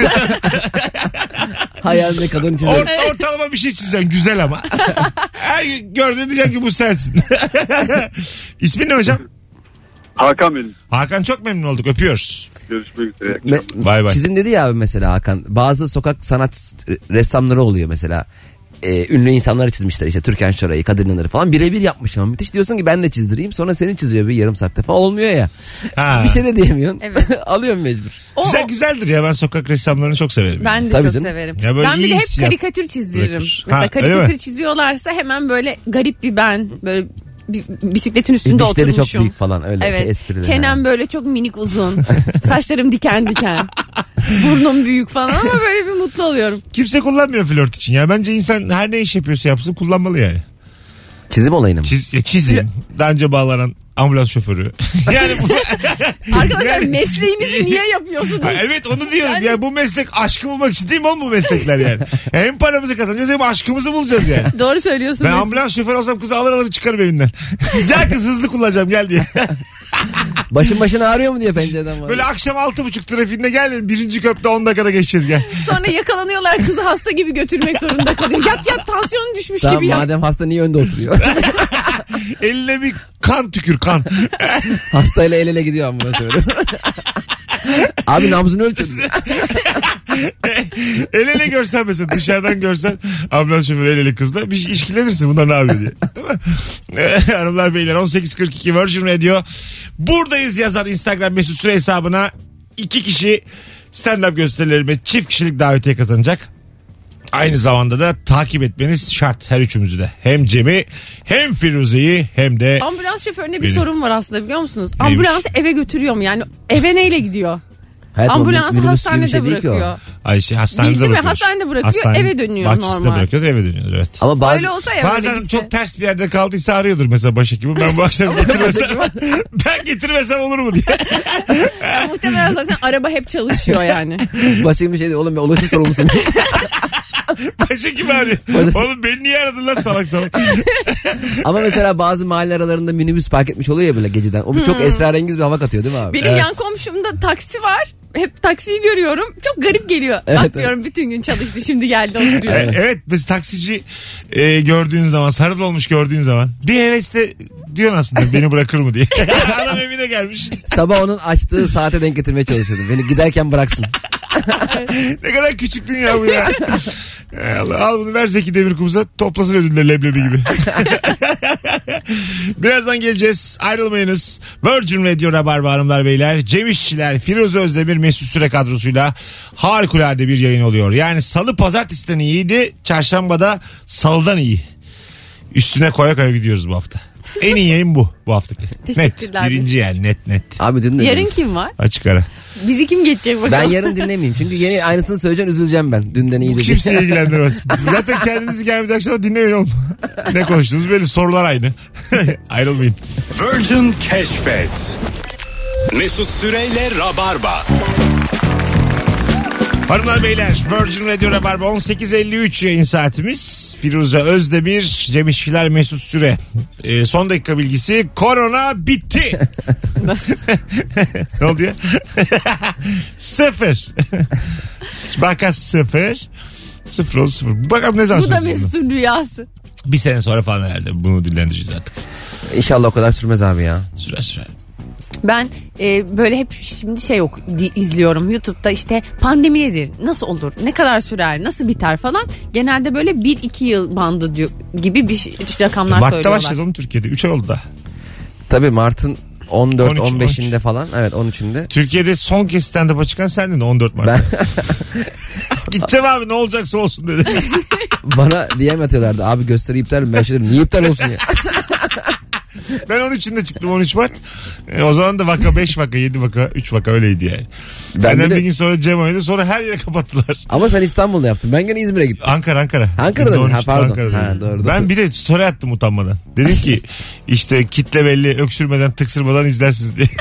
Hayalimde kadını çizerim. Ortalama bir şey çizeceksin, güzel ama. Her gördüğün diyeceksin ki bu sensin. İsmin ne hocam? Hakan benim. Hakan, çok memnun olduk, öpüyoruz. Görüşmek üzere. Bay bay. Çizim dedi ya abi mesela Hakan. Bazı sokak sanat ressamları oluyor mesela. Ünlü insanları çizmişler işte Türkan Şoray'ı, Kadir İnanır'ı falan birebir yapmış ama müthiş, diyorsun ki ben de çizdireyim, sonra seni çiziyor bir yarım saatte falan, olmuyor ya. Ha. Bir şey de diyemiyorsun. Evet. Alıyorsun mecbur. Güzeldir ya, ben sokak ressamlarını çok severim. Ben de Tabii çok canım. severim. Ya böyle Ben bir iyi de hep hissiyat karikatür çizdiririm. bırakır. Mesela Ha, öyle karikatür mi? çiziyorlarsa hemen böyle garip bir ben. Böyle bisikletin üstünde Dişleri oturmuşum. çok büyük falan öyle Evet. şey esprili. Çenem böyle çok minik uzun. Saçlarım diken diken. Burnum büyük falan ama böyle bir mutlu oluyorum. Kimse kullanmıyor flört için ya. Bence insan her ne iş yapıyorsa yapsın kullanmalı yani. Çizim olayını mı? Çizeyim. Daha önce bağlanan ambulans şoförü. Yani bu... Arkadaşlar Yani- mesleğinizi niye yapıyorsunuz? Ha, evet onu diyorum Yani- ya, bu meslek aşkı bulmak için değil mi oğlum bu meslekler yani? Hem paramızı kazanacağız hem aşkımızı bulacağız yani. Doğru söylüyorsun. Ben Mesut. ambulans şoförü olsam kızı alır çıkarım evinden. Gel kız, hızlı kullanacağım gel diye. Başın ağrıyor mu diye pencereden var. Böyle akşam 6.30 trafiğinde gel, birinci köprüde 10 dakikada geçeceğiz gel. Sonra yakalanıyorlar, kızı hasta gibi götürmek zorunda kalıyor. Yat tansiyonu düşmüş Tamam, gibi ya. madem hasta niye önde oturuyor? Eline bir kan tükür, kan. Hastayla el ele gidiyor ambulans şoförü. Abi nabzını ölçün. El ele görsen mesela, dışarıdan görsen ambulans şoförü el ele kızla bir işkilenirsin, bunlar ne yapıyor diye. Değil mi? Hanımlar beyler, 18.42 Virgin Radio. Buradayız yazan Instagram mesut süre hesabına 2 kişi stand-up gösterilerime çift kişilik davetiye kazanacak. Aynı zamanda da takip etmeniz şart her üçümüzü de. Hem Cem'i hem Firuze'yi hem de... Ambulans şoförüne bir Benim. sorun var aslında, biliyor musunuz? Neymiş? Ambulansı eve götürüyor mu? Yani eve neyle gidiyor? Hayatım, Ambulansı minibüs gibi bir hastanede şey değil ki o. bırakıyor. Ay hastanede Bildi mi? bırakıyor. Hastanede bırakıyor, eve dönüyor bahçesinde normal. bırakıyor eve dönüyor evet. Ama bazı Öyle olsa ya Bazen öyle gitse. çok ters bir yerde kaldıysa arıyordur mesela başhekimi. Ben bu akşam getirmesem, ben getirmesem olur mu diye. Ya muhtemelen zaten araba hep çalışıyor yani. başka bir şey değil. Oğlum ben ulaşım sorumlusuyum. Başhekim arıyor. Oğlum beni niye aradın lan salak salak. Ama mesela bazı mahalle aralarında minibüs park etmiş oluyor ya böyle geceden. O çok esrarengiz bir hava katıyor değil mi abi? Benim yan komşumda taksi var. Hep taksiyi görüyorum. Çok garip geliyor. Evet, Bak diyorum bütün gün çalıştı şimdi geldi oturuyor. Evet biz taksici gördüğün zaman sarı dolmuş gördüğün zaman bir hevesle diyorsun aslında beni bırakır mı diye. Adam evine gelmiş. Sabah onun açtığı saate denk getirmeye çalışıyordum. Beni giderken bıraksın. Ne kadar küçük dünya bu ya. Allah, al bunu ver Zeki Demirkubuz'a toplasın ödülleri leblebi gibi. Birazdan geleceğiz. Ayrılmayınız. Virgin Radio Rabarba hanımlar beyler. Cem İşçiler, Firuze Özdemir, Mesut Süre kadrosuyla harikulade bir yayın oluyor. Yani salı pazartesiden iyiydi. Çarşambada salıdan iyi. Üstüne koya koya gidiyoruz bu hafta. En iyi yayın bu haftaki. Teşekkürler. Net. Birinci yani net. Abi dün de Yarın dedim. kim var? Açık ara. Bizi kim geçecek bakalım. Ben yarın dinlemeyeyim. Çünkü yeni aynısını söyleyeceğim üzüleceğim ben. Dünden Bu iyiydi diye. kimseye ilgilendirmez. Zaten kendinizi gelmedi akşam dinleyin oğlum. Ne konuştunuz belli sorular aynı. Ayrılmayın. Virgin Keşfet. Mesut Süreyle Rabarba. Hanımlar beyler Virgin Radio Rabarba 18.53 yayın saatimiz. Firuze Özdemir, Cem İşçiler, Mesut Süre. Son dakika bilgisi korona bitti. Ne oldu ya? 0. Vaka 0. 0 oldu 0. Bakalım ne zaman Bu da söyleyeceğiz bunu. Mesut'un rüyası. Bir sene sonra falan herhalde bunu dillendireceğiz artık. İnşallah o kadar sürmez abi ya. Sürer. Ben böyle hep şimdi izliyorum YouTube'da işte pandemi nedir, nasıl olur, ne kadar sürer, nasıl biter falan. Genelde böyle 1-2 yıl bandı gibi bir rakamlar Mart'ta söylüyorlar. başladı oğlum Türkiye'de 3 ay oldu da. Tabii Mart'ın 14 13. 15'inde falan. Evet 13'ünde. Türkiye'de son kez stand-up'a çıkan sendin 14 Mart'ta. Ben Gideceğim abi ne olacaksa olsun dedi. bana DM atıyorlardı. Abi gösteri iptal mi? Ben şey dedim. Niye iptal olsun ya? Ben 13'ünde çıktım 13 Mart. O zaman da vaka 5 vaka 7 vaka 3 vaka öyleydi yani. Benden bir gün sonra Cem oynadı sonra her yere kapattılar. Ama sen İstanbul'da yaptın. Ben gene İzmir'e gittim. Ankara. Ankara'da mı? Ha, 13'te pardon. Ankara'da. Ha, doğru. Ben bir de story attım utanmadan. Dedim ki işte kitle belli öksürmeden tıksırmadan izlersiniz diye.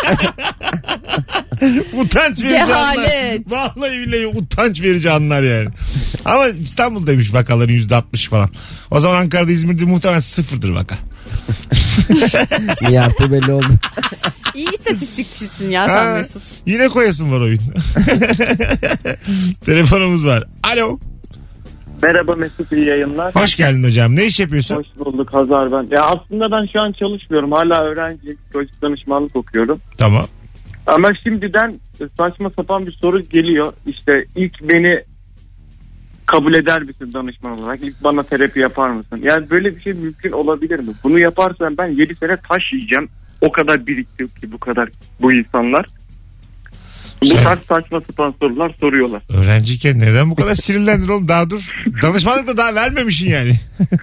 Utanç verici Cehalet. anlar. Vallahi billahi utanç verici anlar yani. Ama İstanbul'daymış vakaların %60 falan. O zaman Ankara'da İzmir'de muhtemelen sıfırdır vaka. Niye arttığı belli oldu. İyi istatistikçisin ya sen Ha, Mesut. yine koyasın var oyun. Telefonumuz var. Alo. Merhaba Mesut, iyi yayınlar. Hoş geldin hocam. Ne iş yapıyorsun? Hoş bulduk Hazar ben. Ya aslında ben şu an çalışmıyorum. Hala öğrenciyim. Psikolojik danışmanlık okuyorum. Tamam. Ama şimdiden saçma sapan bir soru geliyor. İşte ilk beni kabul eder misin danışman olarak? İlk bana terapi yapar mısın? Yani böyle bir şey mümkün olabilir mi? Bunu yaparsam ben 7 sene taş yiyeceğim. O kadar birikti ki bu insanlar. Bu tarz saçma sapan sorular soruyorlar. Öğrenciyken neden bu kadar sinirlendin oğlum? Daha dur. Danışmanlık da daha vermemişsin yani.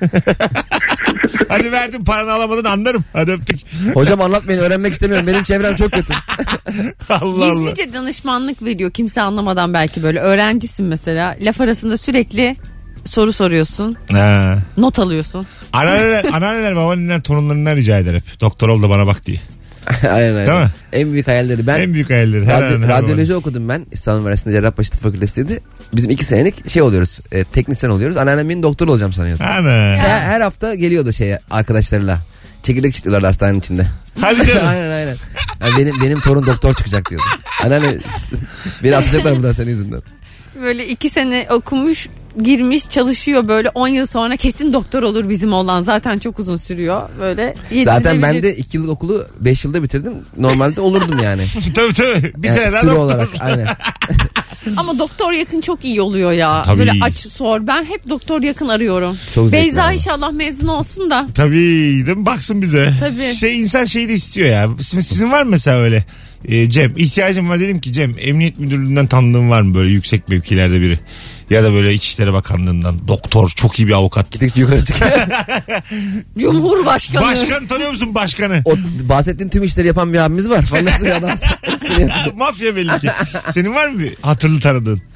Hadi verdim paranı alamadın anlarım. Hadi öptük. Hocam anlatmayın öğrenmek istemiyorum. Benim çevrem çok kötü. Allah Allah. Gizlice danışmanlık veriyor kimse anlamadan belki böyle. Öğrencisin mesela laf arasında sürekli soru soruyorsun. Ha. Not alıyorsun. Anneanneler babaanneler torunlarından rica eder hep. Doktor ol da bana bak diye. Aynen. Değil mi? En büyük hayalleri. Ben En büyük hayalleri. Her an, her radyoloji zaman. okudum ben. İstanbul Üniversitesi'nde Cerrahpaşa Tıp Fakültesi'ydi. Bizim 2 senelik şey oluyoruz. Teknisyen oluyoruz. Anneannem benim doktor olacağım sanıyordu. Ana. Her hafta geliyordu arkadaşlarıyla. Çekirdek çitliyorlardı hastanenin içinde. Hadi canım. aynen. Yani benim torun doktor çıkacak diyordu. Anneanne beni atacaklar buradan senin yüzünden. Böyle 2 sene okumuş girmiş çalışıyor böyle 10 yıl sonra kesin doktor olur bizim oğlan zaten çok uzun sürüyor böyle Zaten ben de 2 yıllık okulu 5 yılda bitirdim. Normalde olurdum yani. Tabii. Bir Yani sene daha süre doktor. olarak aynen. Ama doktor yakın çok iyi oluyor ya. Tabii. Böyle aç sor. Ben hep doktor yakın arıyorum. Çok zevkli Beyza ama. inşallah mezun olsun da. Tabii değil mi? Baksın bize. Tabii. İnsan şeyi de istiyor ya. Sizin var mı mesela öyle? Cem ihtiyacım var dedim ki Cem emniyet müdürlüğünden tanıdığın var mı böyle yüksek mevkilerde biri? Ya da böyle İçişleri Bakanlığından doktor çok iyi bir avukat. Gittikçe yukarı çık. Cumhurbaşkanı. Başkan tanıyor musun başkanı? O bahsettiğin tüm işleri yapan bir abimiz var. Nasıl bir adamsın? Hepsini yapıyor. Mafya belli ki. Senin var mı bir hatırlı tanıdığın?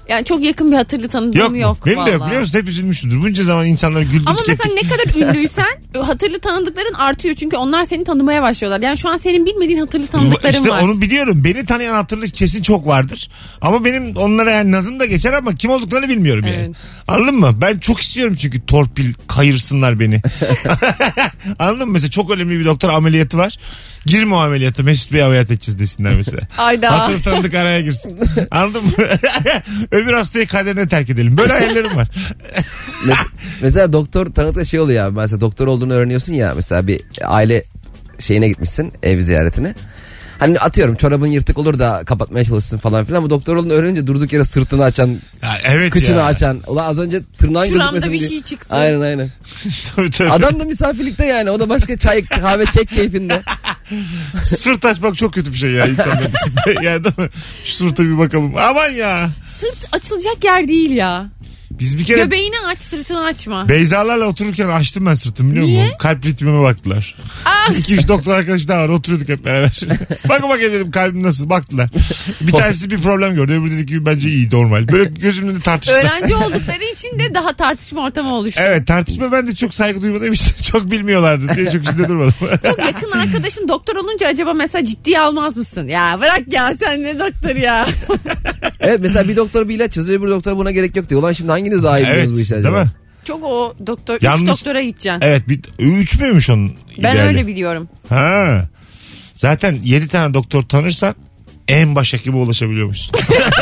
Yani çok yakın bir hatırlı tanıdığım yok. Benim de yok vallahi. biliyor musun? Hep üzülmüşümdür. Bunca zaman insanları güldük. Ama mesela ne kadar ünlüysen hatırlı tanıdıkların artıyor. Çünkü onlar seni tanımaya başlıyorlar. Yani şu an senin bilmediğin hatırlı tanıdıkların işte var. onu biliyorum. Beni tanıyan hatırlı kesin çok vardır. Ama benim onlara yani nazım da geçer ama kim olduklarını bilmiyorum yani. Evet. Anladın mı? Ben çok istiyorum çünkü torpil kayırsınlar beni. Anladın mı? Mesela çok önemli bir doktor ameliyatı var. Girme o ameliyata, Mesut Bey ameliyat edeceğiz desinler mesela. Ayda. Hatırlı tanıdık araya girsin. Anladın mı? Öbür hastayı kaderine terk edelim. Böyle hayallerim var. Mesela doktor tanıdıkta şey oluyor abi. Mesela doktor olduğunu öğreniyorsun ya. Mesela bir aile şeyine gitmişsin, ev ziyaretine. Hani atıyorum çorabın yırtık olur da kapatmaya çalışsın falan filan. Bu doktor olduğunu öğrenince durduk yere sırtını açan, Evet kıçını ya. açan. Ulan az önce tırnağın Şuramda gözükmesin bir diye. şey çıktı. Aynen. Tabii. Adam da misafirlikte yani. O da başka çay, kahve, kek keyfinde. Sırt açmak çok kötü bir şey ya insanların içinde. Yani değil mi? Şu sırta bir bakalım. Aman ya. Sırt açılacak yer değil ya. Biz bir kere Göbeğini aç, sırtını açma. Beyzalarla otururken açtım ben sırtımı biliyor Niye? musun? Kalp ritmime baktılar. 2-3 doktor arkadaş daha vardı, oturuyorduk hep beraber. Bak dedim kalbim nasıl, baktılar. Bir tanesi bir problem gördü, öbürü dedi ki bence iyi, normal. Böyle gözümün önünde tartıştılar. Öğrenci oldukları için de daha tartışma ortamı oluştu. Evet, tartışma, ben de çok saygı duymadığım için çok bilmiyorlardı diye çok üstünde durmadım. Çok yakın arkadaşın doktor olunca acaba mesela ciddiye almaz mısın? Ya bırak ya, sen ne doktor ya. Evet, mesela bir doktor bir ilaç yazıyor, öbür doktor buna gerek yok diyor. Ulan şimdi hanginiz daha iyi Evet, biliyorsunuz bu işi acaba? değil mi? Çok o doktor, Yalnız- 3 doktora gideceksin. Evet, 3 müymüş onun Ben ideali? öyle biliyorum. Ha. Zaten 7 tane doktor tanırsan en baş hekime ulaşabiliyormuşsun.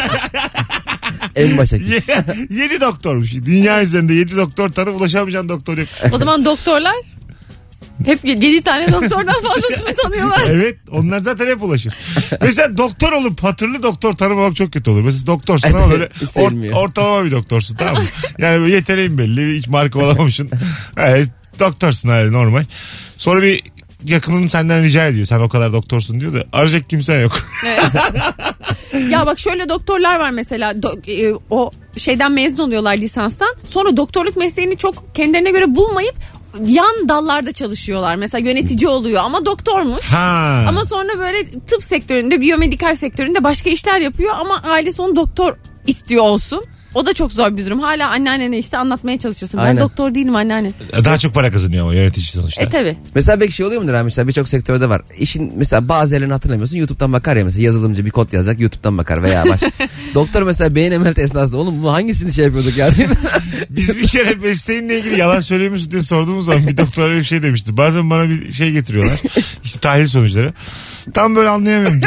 En baştaki. 7 doktormuş. Dünya üzerinde 7 doktor tanı, ulaşamayacağın doktor yok. O zaman doktorlar hep 7 tane doktordan fazlasını tanıyorlar. Evet, onlar zaten hep ulaşır. Mesela doktor olup hatırlı doktor tanımamak çok kötü olur. Mesela doktorsun ama böyle Hiç sevmiyor. ortalama bir doktorsun, tamam mı? Yani böyle yeteneğin belli, hiç marka olamamışsın. Evet, doktorsun öyle normal. Sonra bir yakının senden rica ediyor. Sen o kadar doktorsun diyor da arayacak kimsen yok. Ya bak şöyle doktorlar var mesela o şeyden mezun oluyorlar, lisanstan. Sonra doktorluk mesleğini çok kendilerine göre bulmayıp yan dallarda çalışıyorlar. Mesela yönetici oluyor ama doktormuş. Ha. Ama sonra böyle tıp sektöründe, biyomedikal sektöründe başka işler yapıyor ama ailesi onu doktor istiyor olsun. O da çok zor bir durum. Hala anneannene işte anlatmaya çalışıyorsun. Aynen. Ben doktor değilim anneanne. Daha çok para kazanıyor ama yönetici sonuçta. Tabi. Mesela belki şey oluyor mudur abi, mesela birçok sektörde var. İşin mesela bazı yerlerini hatırlamıyorsun, YouTube'dan bakar ya, mesela yazılımcı bir kod yazacak, YouTube'dan bakar veya başka. Doktor mesela beyin ameliyat esnasında oğlum bu hangisini şey yapıyorduk yani. Biz bir kere mesleğinle ilgili yalan söylüyor musun diye sorduğumuz zaman bir doktor öyle bir şey demişti. Bazen bana bir şey getiriyorlar. İşte tahlil sonuçları. Tam böyle anlayamıyorum.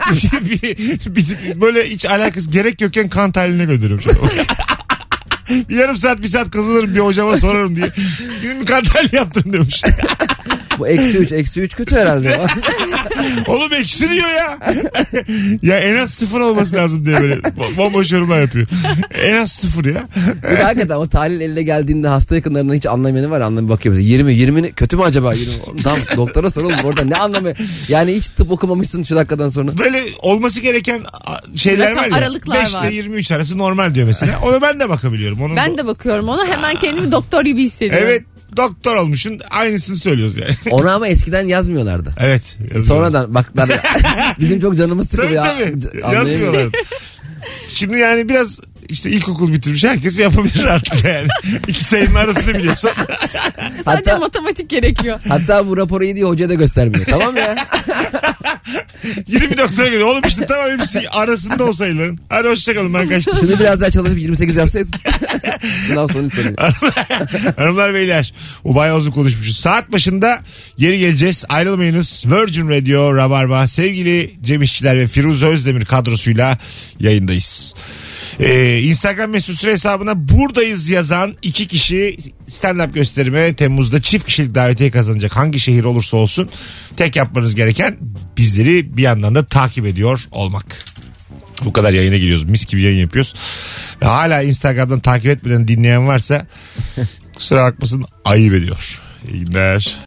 Böyle hiç alakası gerek yokken kan tahliline gönderiyorum şu an. Bir yarım saat, bir saat kazanırım, bir hocama sorarım diye. Gidin bir kan tahlili yaptırın demiş. Bu -3 kötü herhalde. Oğlum eksi diyor ya. Ya en az 0 olması lazım diye böyle bomboş yorumlar yapıyor. En az 0 ya. Bir de hakikaten o tahlil eline geldiğinde hasta yakınlarından hiç anlamayanı var, anlamı bakıyor mesela 20 kötü mü acaba 20? Tamam, doktora soralım orada ne anlamı, yani hiç tıp okumamışsın şu dakikadan sonra. Böyle olması gereken şeyler Rakam, var ya. aralıklar 5 var. ile 23 arası normal diyor mesela. Ona ben de bakabiliyorum. Onun Ben de bakıyorum ona, hemen kendimi doktor gibi hissediyorum. Evet, doktor olmuşsun, aynısını söylüyoruz yani. Onu ama eskiden yazmıyorlardı. Evet. yazıyorlar. Sonradan baktılar. Bizim çok canımız Tabii sıkılıyor. tabii. Yazmıyorlar. Şimdi yani biraz işte ilkokul bitirmiş herkes yapabilir artık yani. İki sayının arasını biliyorsan. Sadece Hatta- matematik gerekiyor. Hatta bu raporu iyi diye hoca da göstermiyor. Tamam ya. Yeni bir doktora geliyor. Oğlum işte tamam, hepsi arasında o sayıların. Hadi hoşçakalın, ben kaçtım. Şunu biraz daha çalışıp 28 yapsaydın. Sınav sonuç soruyor. Hanımlar beyler, Ubay Yolcu konuşmuşuz. Saat başında geri geleceğiz. Ayrılmayınız. Virgin Radio Rabarba, sevgili Cem İşçiler ve Firuze Özdemir kadrosuyla yayındayız. Instagram mesut süre hesabına buradayız yazan 2 kişi stand-up gösterime Temmuz'da çift kişilik davetiye kazanacak. Hangi şehir olursa olsun tek yapmanız gereken bizleri bir yandan da takip ediyor olmak. Bu kadar yayına giriyoruz. Mis gibi yayın yapıyoruz. Hala Instagram'dan takip etmeden dinleyen varsa kusura bakmasın, ayıp ediyor. İyi günler.